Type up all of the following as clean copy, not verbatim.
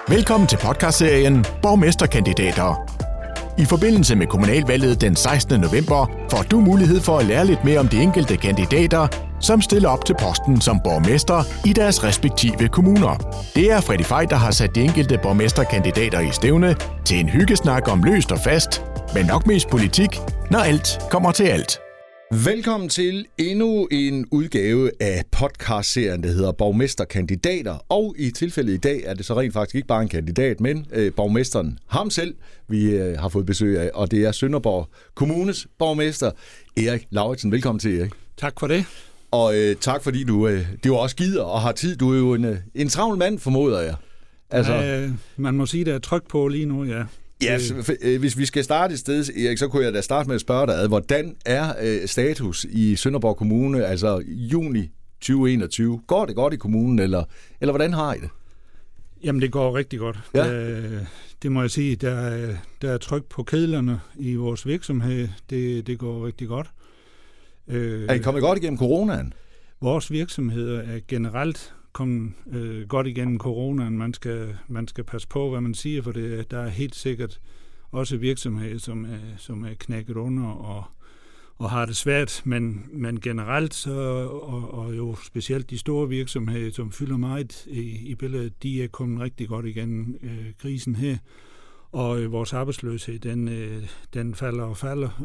Velkommen til podcastserien Borgmesterkandidater. I forbindelse med kommunalvalget den 16. november får du mulighed for at lære lidt mere om de enkelte kandidater, som stiller op til posten som borgmester i deres respektive kommuner. Det er Freddy Fej, der har sat de enkelte borgmesterkandidater i stævne til en hyggesnak om løst og fast, men nok mest politik, når alt kommer til alt. Velkommen til endnu en udgave af podcastserien, der hedder Borgmesterkandidater. Og i tilfældet i dag er det så rent faktisk ikke bare en kandidat, men borgmesteren ham selv, vi har fået besøg af. Og det er Sønderborg Kommunes borgmester, Erik Lauritsen. Velkommen til, Erik. Tak for det. Og tak fordi du også gider og har tid. Du er jo en travl mand, formoder jeg. Altså, man må sige, der er tryk på lige nu, ja. Ja, hvis vi skal starte et sted, Erik, så kunne jeg da starte med at spørge dig, hvordan er status i Sønderborg Kommune, altså juni 2021? Går det godt i kommunen, eller hvordan har I det? Jamen, det går rigtig godt. Ja. Det må jeg sige. Der er tryk på kedlerne i vores virksomhed. Det går rigtig godt. Er I kommet godt igennem coronaen? Vores virksomheder er generelt kommet godt igennem coronaen. Man skal passe på, hvad man siger, for der er helt sikkert også virksomheder, som er knækket under og har det svært, men generelt så, og jo specielt de store virksomheder, som fylder meget i billedet, de er kommet rigtig godt igennem krisen her, og vores arbejdsløshed, den falder og falder.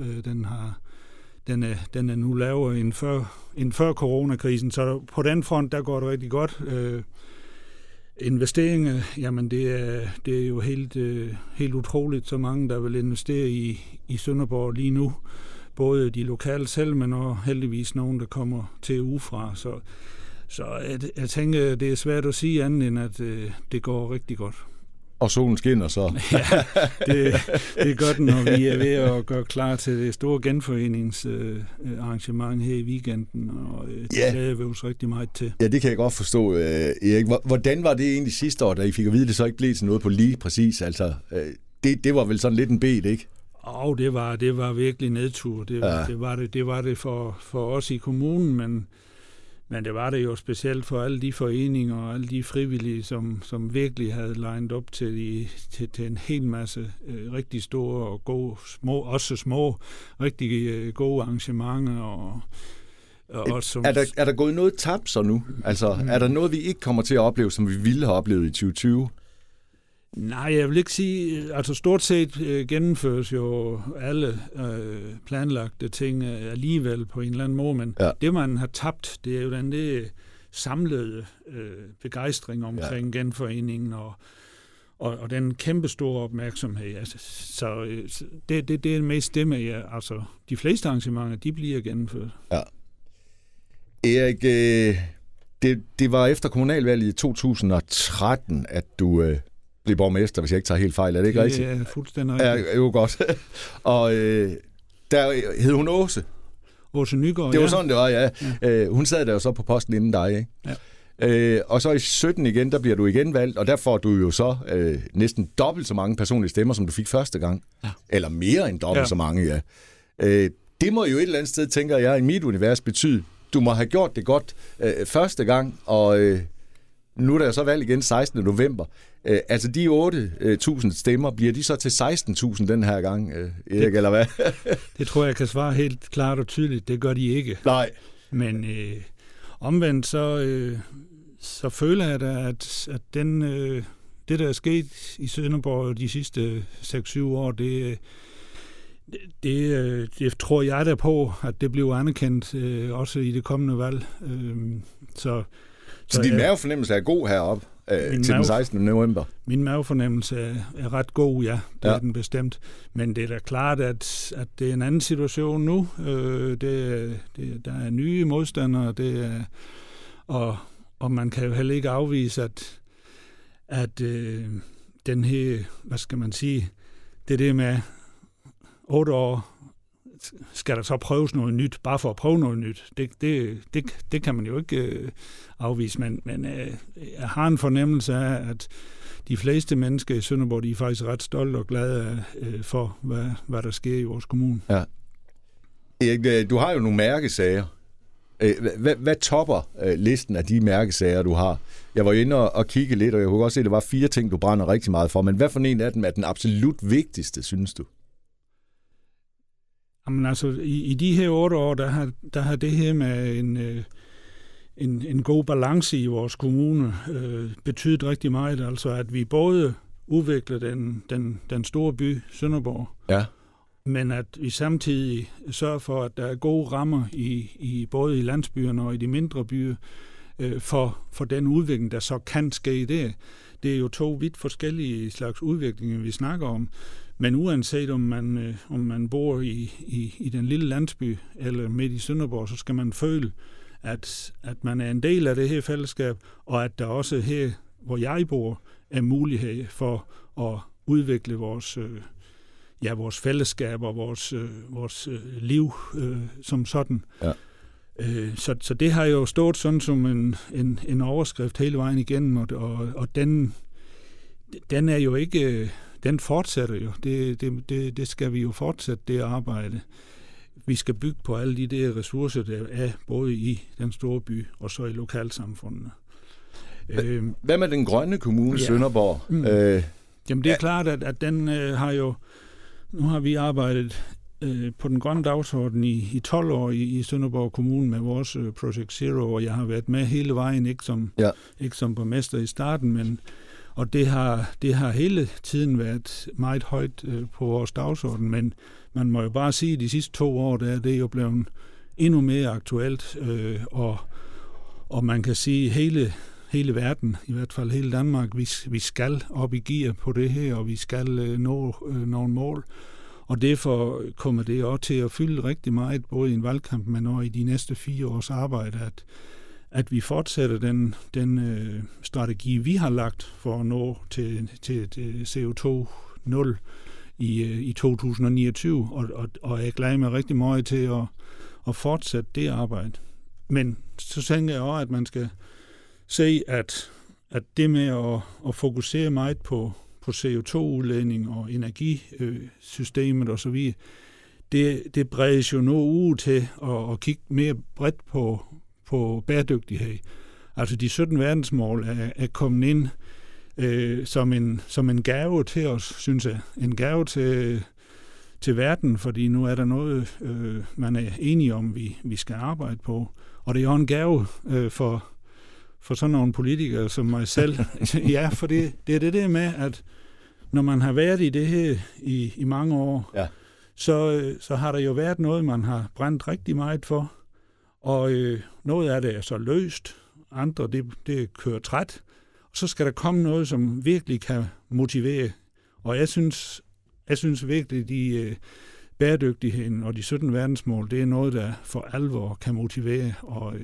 Den er nu lavere end før coronakrisen, så på den front, der går det rigtig godt. Investeringer, jamen det er jo helt utroligt, så mange, der vil investere i Sønderborg lige nu. Både de lokale selv, men også heldigvis nogen, der kommer til udefra. Så jeg tænker, det er svært at sige andet, end at det går rigtig godt. Og solen skinner så. Ja, det gør den, når vi er ved at gøre klar til det store genforeningsarrangement her i weekenden, og det glæder vi os rigtig meget til. Ja, det kan jeg godt forstå, Erik. Hvordan var det egentlig sidste år, da I fik at vide, det så ikke blev til noget på lige præcis? Altså, det var vel sådan lidt en bed, ikke? Det var virkelig nedtur. Det var det for os i kommunen, men det var det jo specielt for alle de foreninger og alle de frivillige, som virkelig havde legnet op til en hel masse rigtig store og gode, også små, rigtig gode arrangementer. Er der gået noget tabt så nu? Altså, er der noget, vi ikke kommer til at opleve, som vi ville have oplevet i 2020? Nej, jeg vil ikke sige, altså stort set gennemføres jo alle planlagte ting alligevel på en eller anden måde, men det man har tabt, det er jo den samlede begejstring omkring genforeningen og den kæmpe store opmærksomhed. Altså, så det er mest det med, altså de fleste arrangementer, de bliver gennemført. Ja. Erik, det var efter kommunalvalget i 2013, at du blev borgmester, hvis jeg ikke tager helt fejl. Er det ikke rigtigt? Det er fuldstændig rigtigt. Ja, jo godt. Og der hed hun Åse. Åse Nygaard, det var sådan, det var, ja. Hun sad der jo så på posten inden dig, ikke? Ja. Og så i 17 igen, der bliver du igen valgt, og der får du jo så næsten dobbelt så mange personlige stemmer, som du fik første gang. Ja. Eller mere end dobbelt så mange, ja. Det må jo et eller andet sted, tænker jeg, i mit univers betyde, du må have gjort det godt første gang, og nu er der jo så valg igen 16. november. Altså de 8.000 stemmer, bliver de så til 16.000 den her gang, Erik, eller hvad? Det tror jeg kan svare helt klart og tydeligt. Det gør de ikke. Nej. Men omvendt så føler jeg da, at det, der er sket i Sønderborg de sidste 6-7 år, det tror jeg da på, at det bliver anerkendt også i det kommende valg. Så din mavefornemmelse er god heroppe til den 16. november? Min mavefornemmelse er ret god, ja. Det er den bestemt. Men det er da klart, at det er en anden situation nu. Der er nye modstandere, og man kan jo heller ikke afvise, at den her, hvad skal man sige, det med 8 år, skal der så prøves noget nyt, bare for at prøve noget nyt. Det kan man jo ikke afvise, men jeg har en fornemmelse af, at de fleste mennesker i Sønderborg, de er faktisk ret stolte og glade for, hvad der sker i vores kommune. Ja. Erik, du har jo nogle mærkesager Hvad topper listen af de mærkesager, du har? Jeg var inde og kigge lidt, og jeg kunne også se, at der var 4 ting, du brænder rigtig meget for. Men hvad for en af dem er den absolut vigtigste, synes du? Jamen altså, i de her 8 år, der har det her med en god balance i vores kommune betydet rigtig meget. Altså, at vi både udvikler den store by, Sønderborg, ja, men at vi samtidig sørger for, at der er gode rammer i både i landsbyerne og i de mindre byer for den udvikling, der så kan ske der. Det er jo 2 vidt forskellige slags udviklinger, vi snakker om. Men uanset om man bor i den lille landsby eller midt i Sønderborg, så skal man føle, at man er en del af det her fællesskab, og at der også her, hvor jeg bor, er mulighed for at udvikle vores fællesskab og vores liv som sådan. Ja. Så det har jo stået sådan som en overskrift hele vejen igennem, og den er jo ikke... Den fortsætter jo. Det skal vi jo fortsætte, det arbejde. Vi skal bygge på alle de der ressourcer, der er både i den store by og så i lokalsamfundene. Hvad med den grønne kommune, ja. Sønderborg? Jamen det er klart, at den har jo... Nu har vi arbejdet på den grønne dagsorden i 12 år i Sønderborg Kommune med vores Project Zero, og jeg har været med hele vejen, ikke som borgmester i starten, men... Og det har hele tiden været meget højt på vores dagsorden, men man må jo bare sige, at de sidste 2 år, der er det jo blevet endnu mere aktuelt, og man kan sige, hele verden, i hvert fald hele Danmark, vi skal op i gear på det her, og vi skal nå nogle mål. Og derfor kommer det også til at fylde rigtig meget, både i en valgkamp, men også i de næste 4 års arbejde, at vi fortsætter den strategi, vi har lagt for at nå til CO2-0 i 2029, og jeg glæder mig rigtig meget til at fortsætte det arbejde. Men så tænker jeg også, at man skal se, at det med at fokusere meget på CO2-udledning og energisystemet osv., det bredes jo nu ud til at kigge mere bredt på bæredygtighed. Altså de 17 verdensmål er kommet ind som en gave til os, synes jeg. En gave til verden, fordi nu er der noget, man er enige om, vi skal arbejde på. Og det er jo en gave for sådan nogle politikere som mig selv. Ja, for det er det der med, at når man har været i det her i mange år, ja, så har der jo været noget, man har brændt rigtig meget for. Og noget af det er så løst, andre det kører træt, og så skal der komme noget, som virkelig kan motivere. Og jeg synes virkelig, de bæredygtigheden og de 17 verdensmål, det er noget, der for alvor kan motivere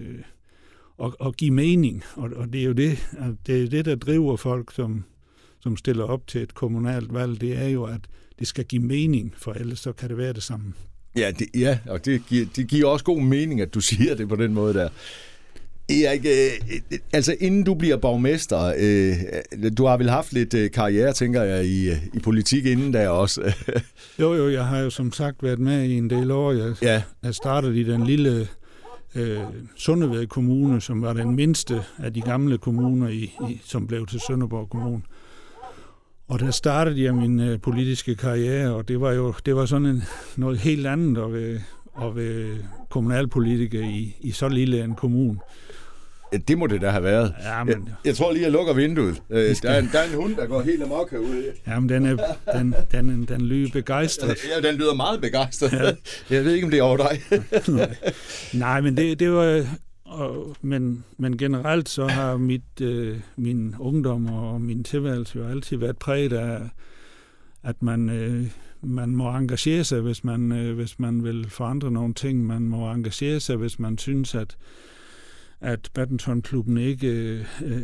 og give mening. Og det er jo det, der driver folk, som stiller op til et kommunalt valg, det er jo, at det skal give mening, for ellers så kan det være det samme. Ja, og det giver også god mening, at du siger det på den måde der. Erik, altså inden du bliver borgmester, du har vel haft lidt karriere, tænker jeg, i politik inden da også? Jo, jeg har jo som sagt været med i en del år. Jeg startede i den lille Sundeved Kommune, som var den mindste af de gamle kommuner, som blev til Sønderborg Kommune. Og der startede jeg min politiske karriere, og det var sådan noget helt andet at være kommunalpolitiker i så lille en kommune. Det må det da have været. Ja, men... jeg tror lige, jeg lukker vinduet. Der er en hund, der går helt amok herude. Jamen, den lyder begejstret. Ja, den lyder meget begejstret. Ja. Jeg ved ikke, om det er over dig. Nej, men det var... Men generelt så har min ungdom og min tilværelse jo altid været præget af, at man må engagere sig, hvis man vil forandre nogle ting. Man må engagere sig, hvis man synes, at badmintonklubben ikke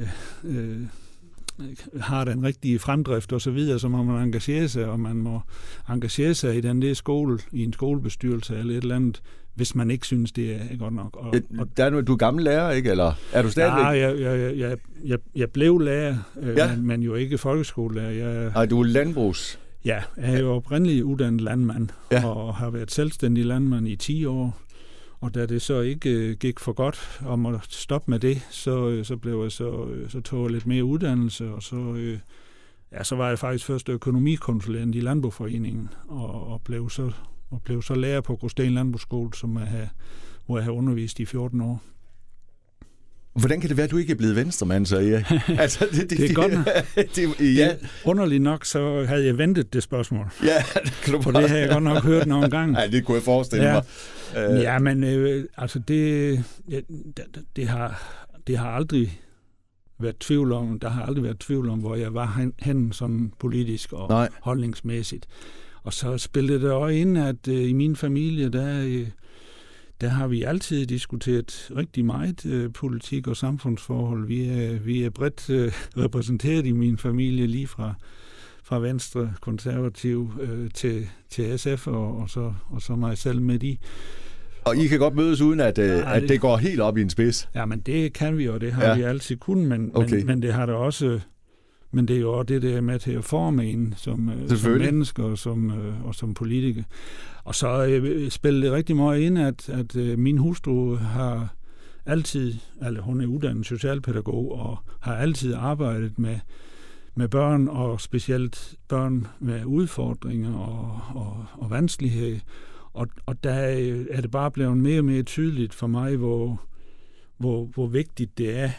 har den rigtige fremdrift og så videre, så må man engagere sig, og man må engagere sig i den der skole, i en skolebestyrelse eller et eller andet, hvis man ikke synes, det er godt nok. Du er gammel lærer, ikke? Eller er du stadigvæk? Ja, jeg blev lærer, men jo ikke folkeskolelærer. Nej, du er landbrugs. Ja, jeg er jo oprindelig uddannet landmand, og har været selvstændig landmand i 10 år. Og da det så ikke gik for godt om at stoppe med det, så blev jeg så tog jeg lidt mere uddannelse, og så var jeg faktisk først økonomikonsulent i Landboforeningen, og blev så lærer på Gråsten Landbrugsskole, hvor jeg har undervist i 14 år. Hvordan kan det være, at du ikke er blevet venstremand, så Erik? Altså, det er godt. Ja. Underligt nok, så havde jeg ventet det spørgsmål. Ja, det kan du bare. For det har jeg godt nok hørt nogle gange. Nej, det kunne jeg forestille mig. Ja, men altså det har aldrig været tvivl om. Der har aldrig været tvivl om, hvor jeg var hen sådan politisk og holdningsmæssigt. Og så spillede det også ind, at i min familie, der har vi altid diskuteret rigtig meget politik og samfundsforhold. Vi er bredt repræsenteret i min familie, lige fra Venstre, Konservativ til SF og så mig selv med de. Og I kan godt mødes uden, at det går helt op i en spids? Ja, men det kan vi, og det har vi altid kun, men det har det også. Men det er jo også det, der er med til at forme en som menneske og som politiker. Og så spiller det rigtig meget ind, at min hustru har altid, hun er uddannet socialpædagog, og har altid arbejdet med børn, og specielt børn med udfordringer og vanskelighed. Og der er det bare blevet mere og mere tydeligt for mig, hvor vigtigt det er,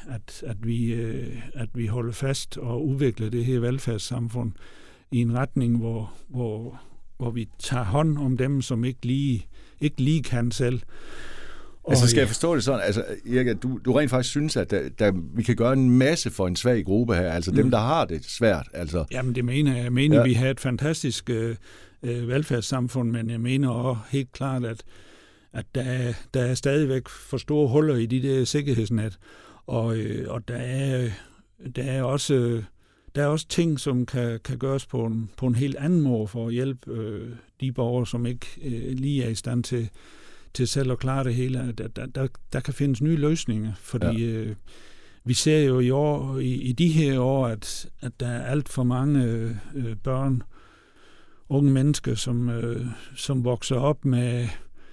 at vi holder fast og udvikler det her velfærdssamfund i en retning, hvor vi tager hånd om dem, som ikke lige kan selv. Altså skal jeg forstå det sådan, altså Erik, du rent faktisk synes, at vi kan gøre en masse for en svag gruppe her, altså dem, der har det svært. Altså. Jamen det mener jeg. Jeg mener, vi har et fantastisk velfærdssamfund, men jeg mener også helt klart, at der er stadigvæk for store huller i de der sikkerhedsnet, og der er også ting, som kan gøres på en helt anden måde for at hjælpe de borgere, som ikke lige er i stand til selv at klare det hele. Der kan findes nye løsninger, fordi vi ser jo i år, i de her år, at der er alt for mange børn, unge mennesker, som vokser op med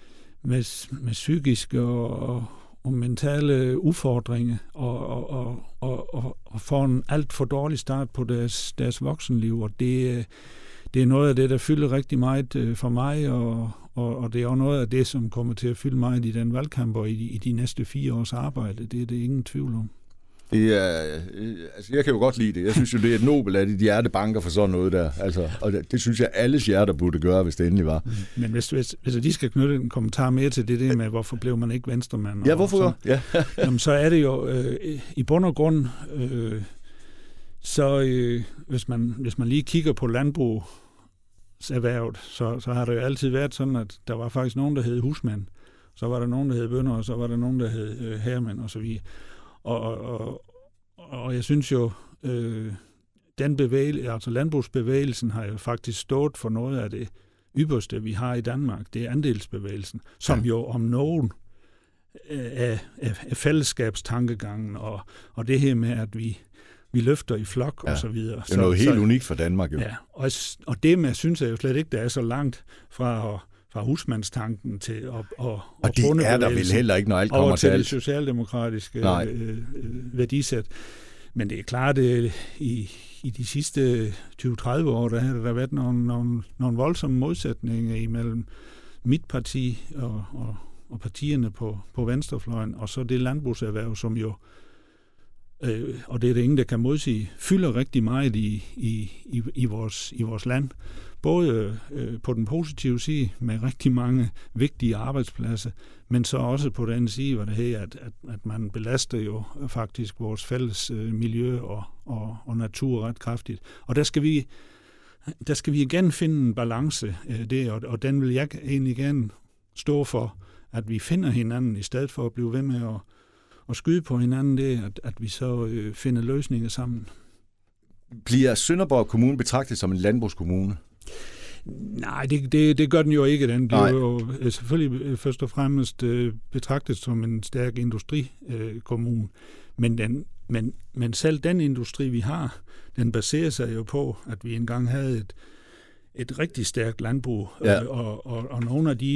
psykiske og mentale udfordringer og får en alt for dårlig start på deres voksenliv, og det er noget af det, der fylder rigtig meget for mig, og det er også noget af det, som kommer til at fylde meget i den valgkamp og i de næste 4 års arbejde. Det er det ingen tvivl om. Altså jeg kan jo godt lide det. Jeg synes jo, det er et nobel, at de hjertebanker for sådan noget der. Altså, og det synes jeg, alles hjerter burde gøre, hvis det endelig var. Men hvis de skal knytte en kommentar mere til det med, hvorfor blev man ikke venstremand? Ja, hvorfor? Jamen, så er det jo i bund og grund, hvis man lige kigger på landbrugserhvervet, så har det jo altid været sådan, at der var faktisk nogen, der hed husmand. Så var der nogen, der hed bønder, og så var der nogen, der hed herremænd og så videre. Og jeg synes jo, den altså landbrugsbevægelsen har jo faktisk stået for noget af det ypperste, vi har i Danmark. Det er andelsbevægelsen, som jo om nogen er fællesskabstankegangen, og det her med, at vi løfter i flok og så videre. Det er noget helt unikt for Danmark jo. Ja, og det med, synes jeg jo slet ikke, der er så langt fra husmandstanken til og det er der vel heller ikke, når alt kommer til alt. Det socialdemokratiske værdisæt. Men det er klart, at i de sidste 20-30 år, der har der været nogle voldsomme modsætninger imellem mit parti og partierne på venstrefløjen, og så det landbrugserhverv, som jo, og det er det ingen, der kan modsige, fylder rigtig meget i vores land. Både på den positive side med rigtig mange vigtige arbejdspladser, men så også på den side, hvor det her, at man belaster jo faktisk vores fælles miljø og natur ret kraftigt. Og der skal vi igen finde en balance, og den vil jeg egentlig gerne stå for, at vi finder hinanden, i stedet for at blive ved med at skyde på hinanden, det at vi så finder løsninger sammen. Bliver Sønderborg Kommune betragtet som en landbrugskommune? Nej, det gør den jo ikke. Den bliver jo selvfølgelig først og fremmest betragtet som en stærk industrikommune. Men selv den industri, vi har, den baserer sig jo på, at vi engang havde et rigtig stærkt landbrug, og nogle af de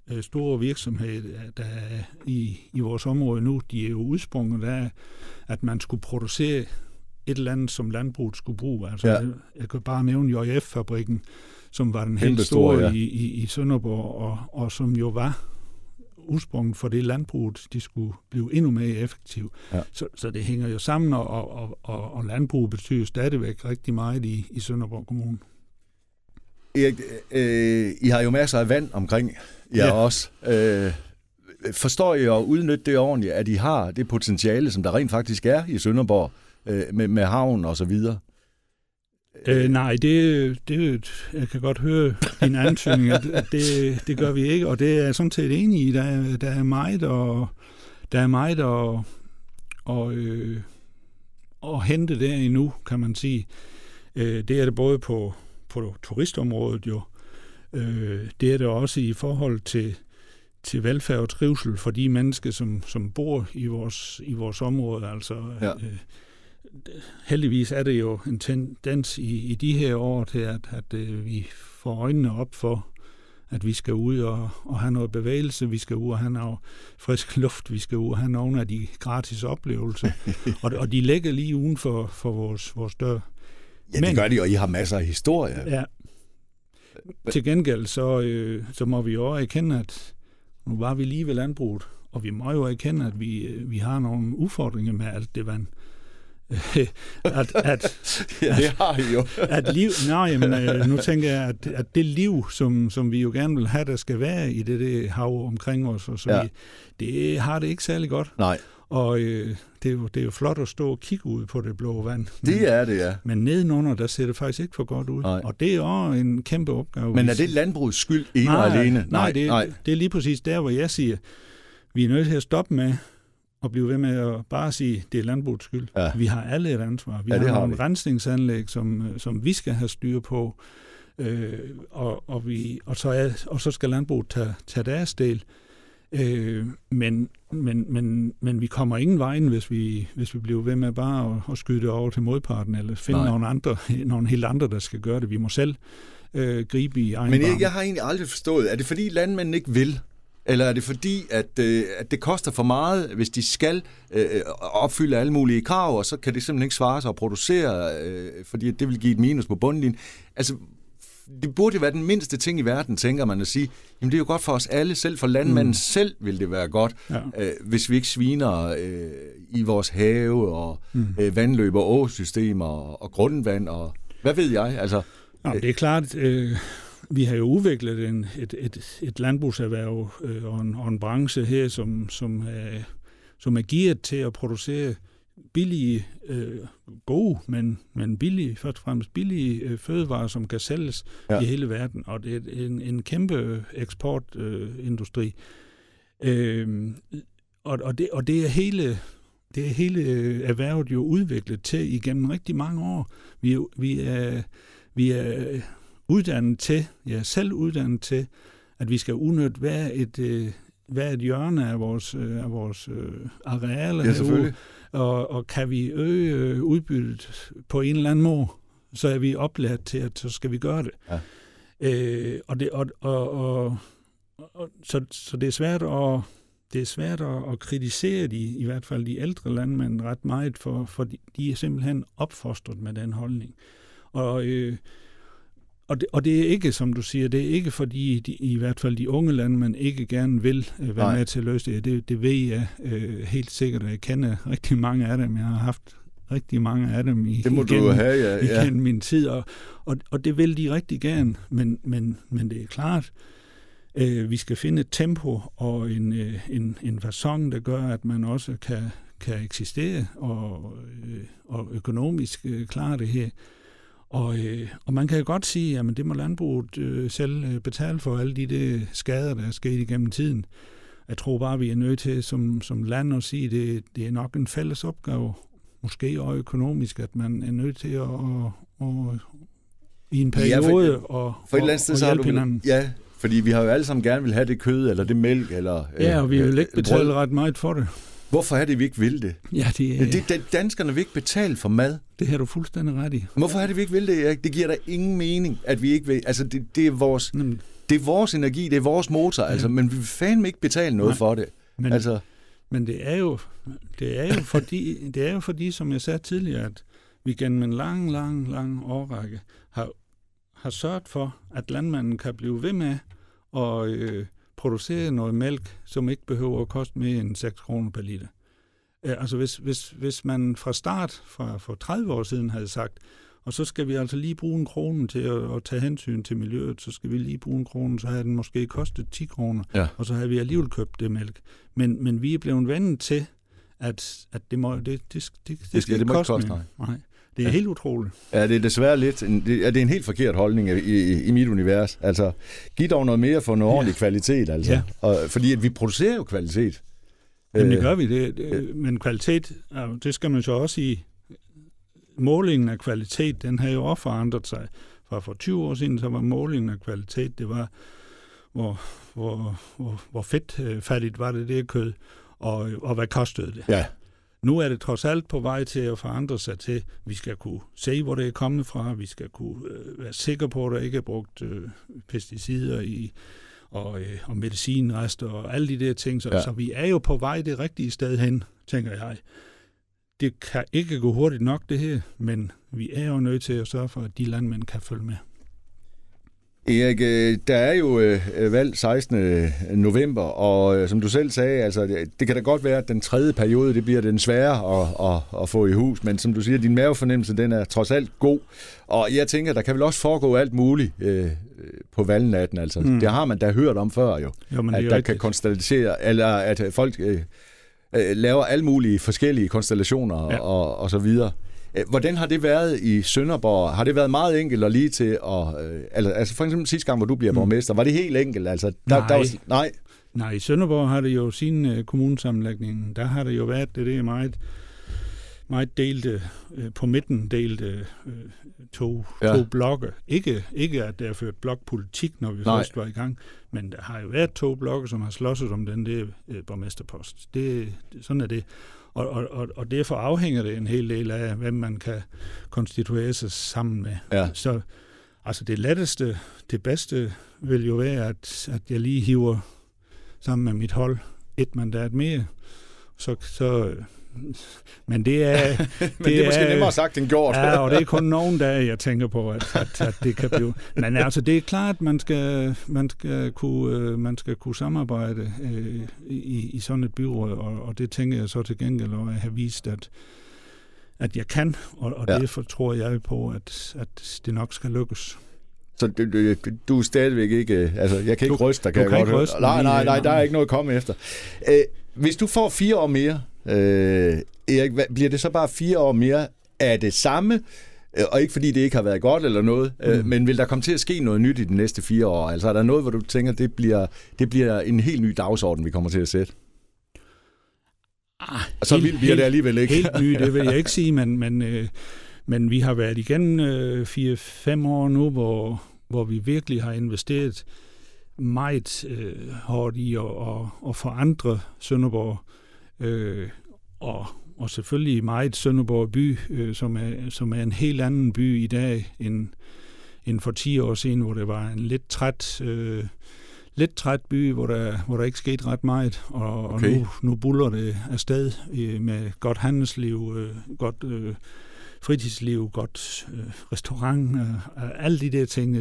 store virksomheder, der er i vores område nu, de er jo udsprunget af, at man skulle producere et eller andet, som landbruget skulle bruge. Altså, jeg kan bare nævne JF-fabrikken, som var den helt store i Sønderborg, og som jo var udsprunget for det landbruget, de skulle blive endnu mere effektive. Ja. Så det hænger jo sammen, og landbruget betyder stadigvæk rigtig meget i Sønderborg Kommune. Erik, I har jo masser af vand omkring jer også. Forstår I at udnytte det ordentligt, at I har det potentiale, som der rent faktisk er i Sønderborg, med havn og så videre? Nej, det jeg kan godt høre din antydning, at det gør vi ikke, og det er jeg sådan set enig i. Der er meget at hente der endnu, kan man sige. Det er det både på turistområdet jo. Det er det også i forhold til velfærd og trivsel for de mennesker, som bor i vores område. Altså, heldigvis er det jo en tendens i de her år til, at vi får øjnene op for, at vi skal ud og have noget bevægelse, vi skal ud og have noget frisk luft, vi skal ud og have nogle af de gratis oplevelser, og de ligger lige uden for vores dør. Ja, det gør de, og I har masser af historier. Ja. Til gengæld, så må vi jo også erkende, at nu var vi lige ved landbruget, og vi må jo erkende, at vi har nogle udfordringer med alt det vand. Det har I jo. Nu tænker jeg, at det liv, som vi jo gerne vil have, der skal være i det hav omkring os, og så det har det ikke særlig godt. Nej. Og det er jo flot at stå og kigge ud på det blå vand. Det er det, ja. Men nedenunder, der ser det faktisk ikke for godt ud. Nej. Og det er også en kæmpe opgave. Men er det landbrugets skyld ene og alene? Nej, det er lige præcis der, hvor jeg siger, vi er nødt til at stoppe med at blive ved med at bare sige, det er landbrugets skyld. Ja. Vi har alle et ansvar. Vi har nogle rensningsanlæg, som vi skal have styr på, og så skal landbruget tage deres del. Men vi kommer ingen vejen, hvis vi bliver ved med bare at skyde det over til modparten, eller finde nogle helt andre, der skal gøre det. Vi må selv gribe i egen barm. Men jeg har egentlig aldrig forstået, er det fordi landmændene ikke vil? Eller er det fordi, at det koster for meget, hvis de skal opfylde alle mulige krav, og så kan det simpelthen ikke svare sig at producere, fordi det vil give et minus på bundlinjen? Altså, det burde jo være den mindste ting i verden, tænker man at sige, jamen det er jo godt for os alle, selv for landmanden selv vil det være godt, hvis vi ikke sviner i vores have og vandløb og åsystemer og grundvand og hvad ved jeg? Altså, det er klart, vi har jo udviklet et landbrugserhverv og en branche her, som er gearet til at producere billige, gode, men billige, først og fremmest billige fødevarer, som kan sælges i hele verden. Og det er en kæmpe eksportindustri. Og det er hele erhvervet jo udviklet til igennem rigtig mange år. Vi er uddannet til, selv uddannet til, at vi skal udnytte hver et hjørne af vores arealer. Ja, selvfølgelig. Og kan vi øge udbyttet på en eller anden måde, så er vi oplært til, at så skal vi gøre det. Ja. Så det er svært at kritisere i hvert fald de ældre landmænd ret meget, for de er simpelthen opfostret med den holdning. Og det er ikke, som du siger, det er ikke fordi, i hvert fald de unge landmænd ikke gerne vil være med til at løse det. Det ved jeg helt sikkert, at jeg kender rigtig mange af dem. Jeg har haft rigtig mange af dem igennem min tid, og det vil de rigtig gerne, men det er klart, vi skal finde et tempo og en facon, der gør, at man også kan eksistere og økonomisk klare det her. Og man kan jo godt sige, at det må landbruget selv betale for alle de skader, der er sket igennem tiden. Jeg tror bare, vi er nødt til som land at sige, at det er nok en fælles opgave, måske også økonomisk, at man er nødt til at i en periode for et eller andet sted, så hjælpe hinanden. Ja, fordi vi har jo alle sammen gerne vil have det kød, eller det mælk, eller... Ja, og vi vil ikke betale ret meget for det. Hvorfor er det, vi ikke vil det? Ja, Danskerne vil ikke betale for mad. Det har du fuldstændig ret i. Hvorfor er det, vi ikke vil det, Erik? Det giver da ingen mening, at vi ikke vil. Altså, det er vores energi, det er vores motor, altså, men vi vil fandme ikke betale noget for det. Men det er jo fordi, som jeg sagde tidligere, at vi gennem en lang årrække har sørget for, at landmanden kan blive ved med at producere noget mælk, som ikke behøver at koste mere end 6 kroner per liter. Altså hvis man fra start, for 30 år siden, havde sagt, og så skal vi altså lige bruge 1 krone til at tage hensyn til miljøet, så skal vi lige bruge 1 krone, så havde den måske kostet 10 kroner, og så havde vi alligevel købt det mælk. Men vi er blevet vendt til, at det skal ikke koste mere. Nej. Det er helt utroligt. Ja, det er desværre lidt det er en helt forkert holdning i mit univers. Altså, giv dog noget mere for noget ordentlig kvalitet, altså. Ja. Fordi at vi producerer jo kvalitet. Jamen, det gør vi. Men kvalitet, det skal man så også sige. Målingen af kvalitet, den har jo også forandret sig. For 20 år siden, så var målingen af kvalitet, det var, hvor fedtfattigt var det kød, og hvad kostede det. Ja. Nu er det trods alt på vej til at forandre sig til, vi skal kunne se, hvor det er kommet fra, vi skal kunne være sikre på, at der ikke er brugt pesticider i, og medicinrester og alle de der ting. Så vi er jo på vej det rigtige sted hen, tænker jeg. Det kan ikke gå hurtigt nok, det her, men vi er jo nødt til at sørge for, at de landmænd kan følge med. Erik, der er jo valg 16. november, og som du selv sagde, altså, det kan da godt være, at den tredje periode, det bliver den svære at få i hus, men som du siger, din mavefornemmelse, den er trods alt god, og jeg tænker, der kan vel også foregå alt muligt på valgnatten, altså. Det har man da hørt om før jo at der kan konstatere, eller at folk laver alle mulige forskellige konstellationer og så videre. Hvordan har det været i Sønderborg? Har det været meget enkelt og lige til at... altså for eksempel sidste gang, hvor du bliver borgmester, var det helt enkelt? Altså, Nej, i Sønderborg har det jo siden kommunesammenlægningen, der har det jo været det er meget delte, på midten delte to blokke. Ikke at der er ført blokpolitik, når vi først var i gang, men der har jo været 2 blokke, som har slåsset om den der borgmesterpost. Sådan er det. Og derfor afhænger det en hel del af, hvem man kan konstituere sig sammen med. Ja. Så altså det letteste, det bedste vil jo være, at jeg lige hiver sammen med mit hold 1 mandat mere. Så men det er... men det er måske nemmere sagt end gjort. Ja, og det er kun nogle dage, jeg tænker på, at det kan blive... Men altså, det er klart, at man skal kunne samarbejde i sådan et byråd, og det tænker jeg så til gengæld at have vist, at jeg kan, og derfor tror jeg på, at det nok skal lykkes. Så du er stadigvæk ikke... Altså, jeg kan ikke ryste dig, kan jeg godt høre. Nej, der er ikke noget at komme efter. Hvis du får 4 år mere, Erik, bliver det så bare 4 år mere af det samme, og ikke fordi det ikke har været godt eller noget, men vil der komme til at ske noget nyt i de næste 4 år? Altså er der noget, hvor du tænker, det bliver en helt ny dagsorden, vi kommer til at sætte? Og så vildt bliver det alligevel ikke. Helt ny, det vil jeg ikke sige, men vi har været igennem 4-5 år nu, hvor vi virkelig har investeret meget hårdt i at forandre Sønderborg, og selvfølgelig meget Sønderborg by, som er en helt anden by i dag end for 10 år siden, hvor det var en lidt træt by, hvor der ikke skete ret meget, og okay. nu buller det afsted med godt handelsliv, godt fritidsliv, godt restaurant, alle de der ting.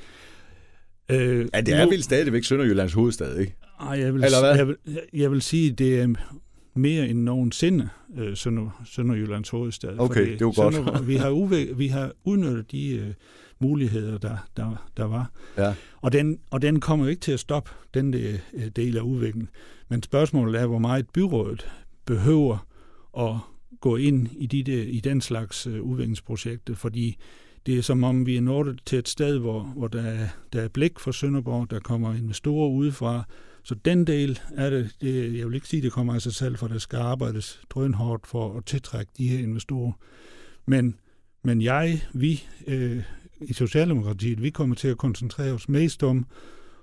Det er vel stadigvæk Sønderjyllands hovedstad, ikke? Jeg vil sige, det er mere end nogensinde Sønderjyllands hovedstad. Okay, det er godt. Vi har udnyttet de muligheder, der var. Ja. Og den kommer ikke til at stoppe, den del af udviklingen. Men spørgsmålet er, hvor meget byrådet behøver at gå ind i den slags udviklingsprojekter, fordi det er som om, vi er nået til et sted, hvor der er blik for Sønderborg, der kommer investorer udefra. Så den del af det, jeg vil ikke sige, det kommer af sig selv, for der skal arbejdes drønhårdt for at tiltrække de her investorer. Men vi i Socialdemokratiet, vi kommer til at koncentrere os mest om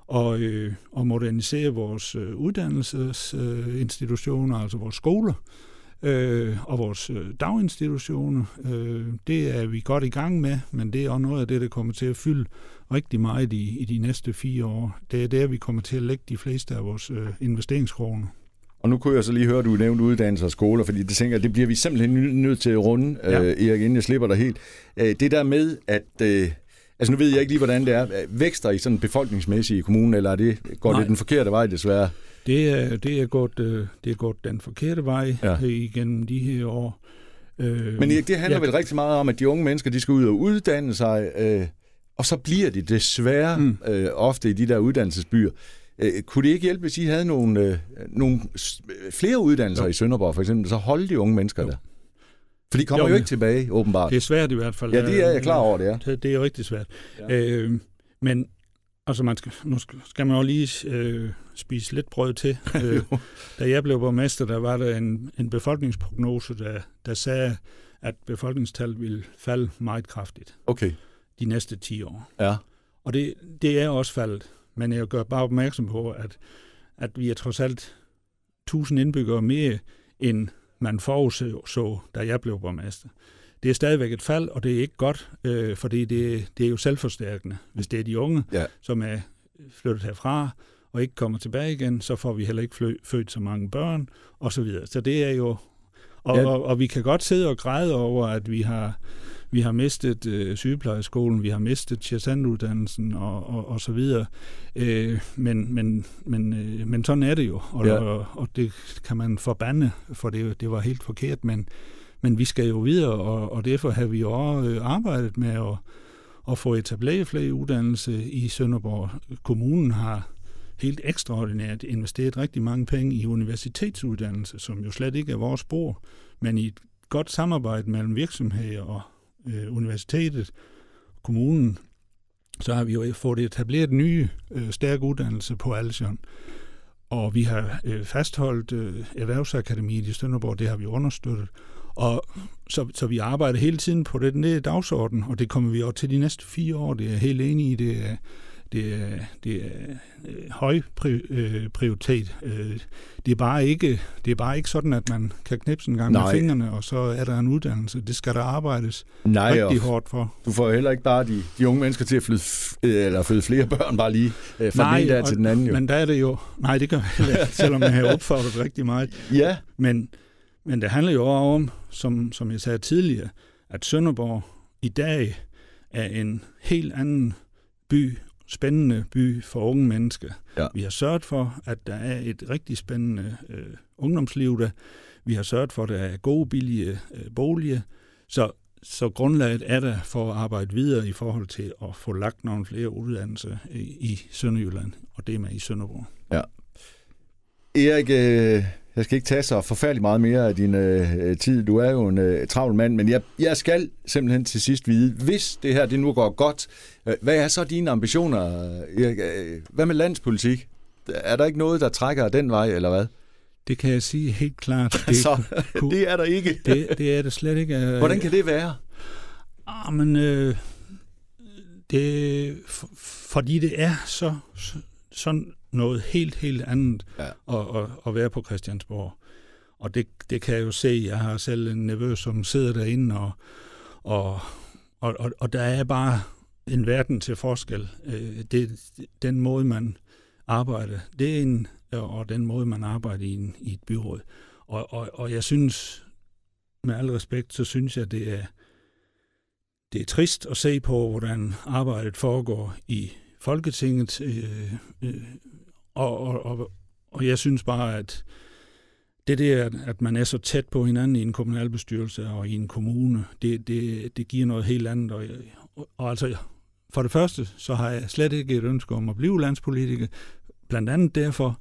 og modernisere vores uddannelsesinstitutioner, altså vores skoler og vores daginstitutioner. Det er vi godt i gang med, men det er også noget af det, der kommer til at fylde rigtig meget i de næste 4 år. Det er der, vi kommer til at lægge de fleste af vores investeringskroner. Og nu kunne jeg så lige høre, at du nævnte uddannelser og skoler, fordi det tænker jeg, det bliver vi simpelthen nødt til at runde, Erik, inden jeg slipper dig helt. Det der med, at altså nu ved jeg ikke lige, hvordan det er. Vækster I sådan befolkningsmæssigt i kommunen, eller går det den forkerte vej desværre? Det er gået den forkerte vej igennem de her år. Men det handler vel rigtig meget om, at de unge mennesker, de skal ud og uddanne sig, og så bliver de desværre ofte i de der uddannelsesbyer. Kunne det ikke hjælpe, hvis I havde nogle flere uddannelser i Sønderborg, for eksempel, så holde de unge mennesker der? For de kommer jo ikke tilbage, åbenbart. Det er svært i hvert fald. Ja, det er jeg klar over, det er. Det er jo rigtig svært. Ja. Men altså nu skal man jo lige spise lidt brød til. Da jeg blev borgmester, der var der en befolkningsprognose, der sagde, at befolkningstallet ville falde meget kraftigt de næste 10 år. Ja. Og det er også faldet. Men jeg gør bare opmærksom på, at vi er trods alt 1000 indbyggere mere, end man forudså, da jeg blev borgmester. Det er stadigvæk et fald, og det er ikke godt, fordi det er jo selvforstærkende. Hvis det er de unge, som er flyttet herfra og ikke kommer tilbage igen, så får vi heller ikke født så mange børn, og så videre. Så det er jo... Og vi kan godt sidde og græde over, at vi har mistet sygeplejeskolen, vi har mistet sergeantuddannelsen og så videre. Men sådan er det jo, og det kan man forbande, for det var helt forkert, men vi skal jo videre, og derfor har vi jo også arbejdet med at få etableret flere uddannelser i Sønderborg. Kommunen har helt ekstraordinært investeret rigtig mange penge i universitetsuddannelse, som jo slet ikke er vores spor, men i et godt samarbejde mellem virksomheder og universitetet, kommunen, så har vi jo fået etableret nye stærke uddannelser på Alsion. Og vi har fastholdt Erhvervsakademiet i Sønderborg, det har vi understøttet. Og så vi arbejder hele tiden på den dagsorden, og det kommer vi også til de næste 4 år. Det er jeg helt enig i. Det er høj prioritet. Det er bare ikke sådan, at man kan knipse en gang med fingrene, og så er der en uddannelse. Det skal der arbejdes rigtig hårdt for. Du får heller ikke bare de unge mennesker til at føde flere børn, bare lige fra den ene dag til den anden. Jo. Men der er det jo... Nej, det gør jeg heller ikke, selvom jeg har opfordret rigtig meget. Ja. Men det handler jo om, som jeg sagde tidligere, at Sønderborg i dag er en helt anden by, spændende by for unge mennesker. Ja. Vi har sørget for, at der er et rigtig spændende ungdomsliv der. Vi har sørget for, at der er gode, billige boliger. Så grundlaget er der for at arbejde videre i forhold til at få lagt nogle flere uddannelser i Sønderjylland, og det med i Sønderborg. Ja. Erik, jeg skal ikke tage så forfærdeligt meget mere af din tid. Du er jo en travl mand, men jeg skal simpelthen til sidst vide, hvis det her det nu går godt, hvad er så dine ambitioner, Erik? Hvad med landspolitik? Er der ikke noget, der trækker den vej, eller hvad? Det kan jeg sige helt klart. Det er der ikke. Det er det slet ikke. Hvordan kan det være? Fordi det er sådan noget helt andet at være på Christiansborg. Og det kan jeg jo se. Jeg har selv en nevø, som sidder derinde, og der er bare en verden til forskel. Den måde, man arbejder, det er og den måde, man arbejder i et byråd. Og jeg synes, med al respekt, så synes jeg, det er trist at se på, hvordan arbejdet foregår i Folketinget, og jeg synes bare, at det der, at man er så tæt på hinanden i en kommunalbestyrelse og i en kommune, det giver noget helt andet. Og altså, for det første, så har jeg slet ikke et ønske om at blive landspolitiker, blandt andet derfor.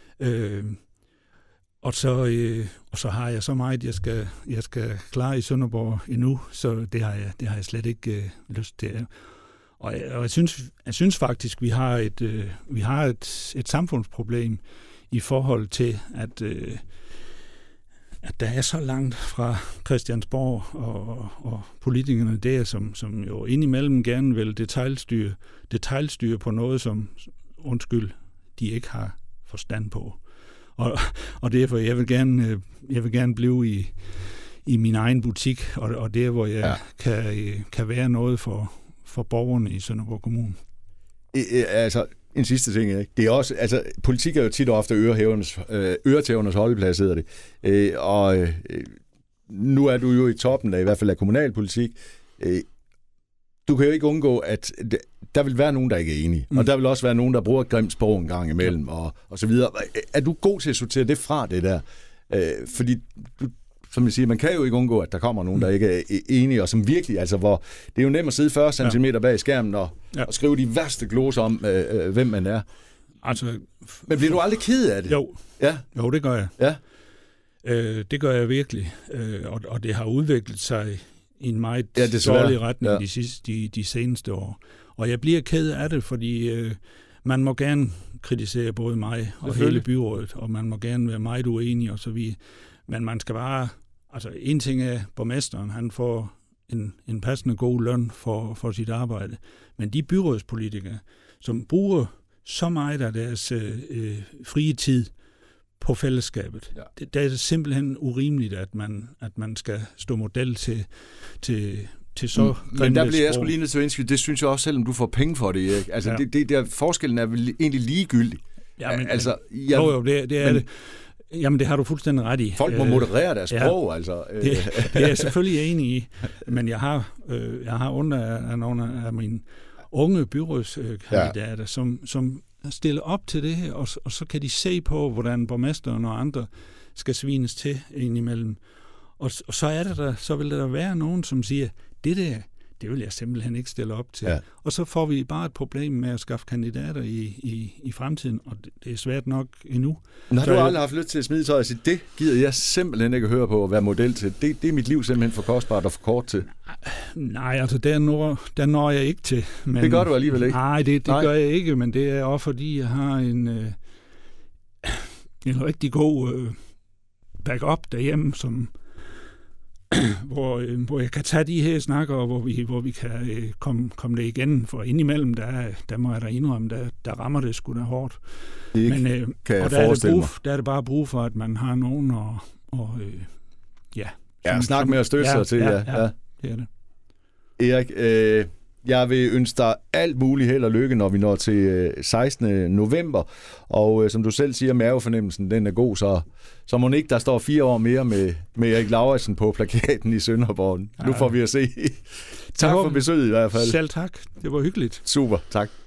Og så har jeg så meget, jeg skal klare i Sønderborg endnu, så det har jeg slet ikke lyst til. Og jeg synes faktisk, vi har et samfundsproblem i forhold til, at der er så langt fra Christiansborg og politikerne der, som jo indimellem gerne vil detailstyre på noget, som de ikke har forstand på. Og derfor, jeg vil gerne blive i min egen butik, og der, hvor jeg kan være noget for borgerne i Sønderborg Kommune. Altså, en sidste ting, ikke? Det er også, altså, politik er jo tit og ofte øretævernes holdeplads, hedder det. Og nu er du jo i toppen af, i hvert fald af kommunalpolitik. Du kan jo ikke undgå, at der vil være nogen, der ikke er enige. Og der vil også være nogen, der bruger et grimt sprog en gang imellem, og så videre. Er du god til at sortere det fra, det der? Fordi som jeg siger, man kan jo ikke undgå, at der kommer nogen, der ikke er enige, og som virkelig, altså hvor det er jo nemt at sidde 40 cm bag skærmen og skrive de værste gloser om, hvem man er. Altså, men bliver du aldrig ked af det? Jo, jo, det gør jeg. Ja. Det gør jeg virkelig, og det har udviklet sig i en meget dårlig retning de seneste år. Og jeg bliver ked af det, fordi man må gerne kritisere både mig og hele byrådet, og man må gerne være meget uenig og så videre. Men man skal bare, altså en ting er, borgmesteren, han får en passende god løn for sit arbejde. Men de byrådspolitikere, som bruger så meget af deres frie tid på fællesskabet, det er simpelthen urimeligt, at man skal stå model til så men der bliver jeg sgu lige nødt til at indskyde, det synes jeg også, selvom du får penge for det, ikke? Altså, det der forskellen er vel egentlig ligegyldig. Ja, men, altså, det er det. Jamen, det har du fuldstændig ret i. Folk må moderere deres sprog, altså. Det er jeg selvfølgelig enig i, men jeg har under af nogle af mine unge byrådskandidater, som stiller op til det her, og så kan de se på, hvordan borgmesteren og andre skal svines til indimellem. Og så vil der være nogen, som siger, det vil jeg simpelthen ikke stille op til. Ja. Og så får vi bare et problem med at skaffe kandidater i fremtiden, og det er svært nok endnu. Men har du aldrig haft lyst til at smide tøj og sige, det gider jeg simpelthen ikke at høre på at være model til? Det er mit liv simpelthen for kostbart og for kort til. Nej, altså der når jeg ikke til. Men, det gør du alligevel ikke? Nej, det gør jeg ikke, men det er også fordi, jeg har en rigtig god backup derhjemme, som hvor jeg kan tage de her snakker, og hvor vi kan komme det igen, for indimellem, der må jeg da indrømme, der rammer det sgu da hårdt. Men kan jeg forestille mig. Der er det bare brug for, at man har nogen snak med at støtte sig til. Ja, det er det. Erik, jeg vil ønske dig alt muligt held og lykke, når vi når til 16. november. Og som du selv siger, mavefornemmelsen, den er god, så må ikke, der står 4 år mere med Erik Lauritsen på plakaten i Sønderborg. Nu får vi at se. Tak for besøget i hvert fald. Selv tak. Det var hyggeligt. Super, tak.